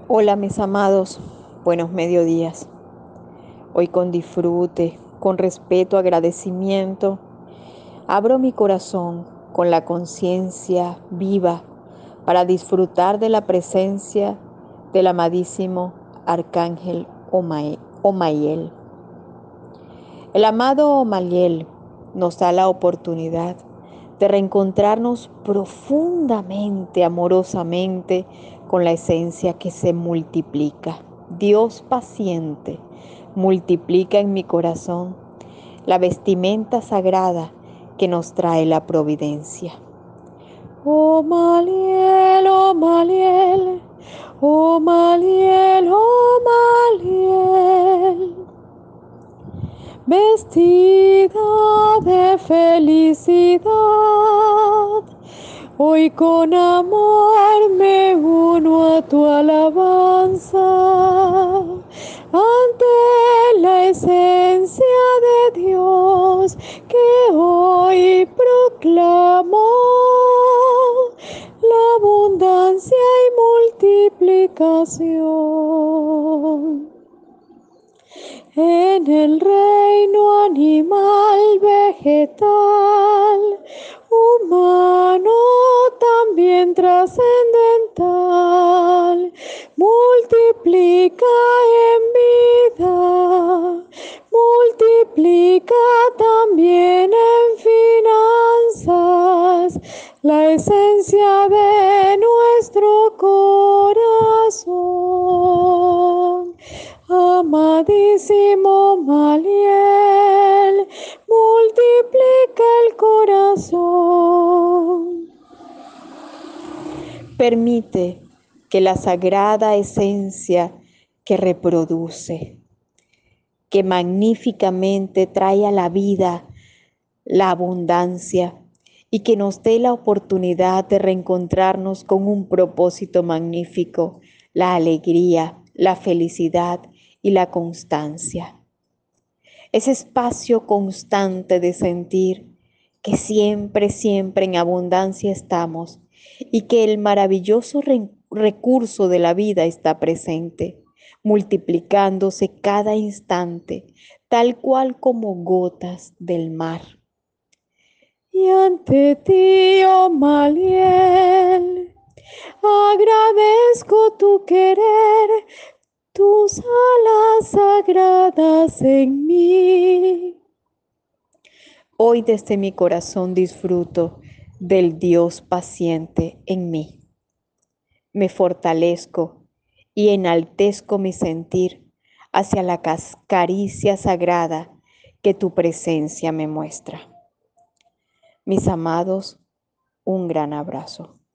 Hola mis amados, buenos mediodías. Hoy con disfrute, con respeto, agradecimiento, abro mi corazón con la conciencia viva para disfrutar de la presencia del amadísimo Arcángel Omael. El amado Omael nos da la oportunidad de reencontrarnos profundamente, amorosamente, con la esencia que se multiplica. Dios paciente multiplica en mi corazón la vestimenta sagrada que nos trae la providencia. Oh Maliel, oh Maliel, oh Maliel, oh Maliel, vestida de felicidad, hoy con amor me uno a tu alabanza, ante la esencia de Dios que hoy proclamo la abundancia y multiplicación. En el reino animal, vegetal, humano, también trascendental, multiplica en vida, multiplica también en finanzas la esencia de nuestro corazón. Amadísimo Maliel, multiplica el corazón. Permite que la sagrada esencia que reproduce, que magníficamente trae a la vida la abundancia y que nos dé la oportunidad de reencontrarnos con un propósito magnífico, la alegría, la felicidad y la constancia. Ese espacio constante de sentir que siempre, siempre en abundancia estamos y que el maravilloso recurso de la vida está presente, multiplicándose cada instante, tal cual como gotas del mar. Y ante ti, oh Maliel, agradezco tu querer, tus alas sagradas en mí. Hoy desde mi corazón disfruto del Dios paciente en mí. Me fortalezco y enaltezco mi sentir hacia la caricia sagrada que tu presencia me muestra. Mis amados, un gran abrazo.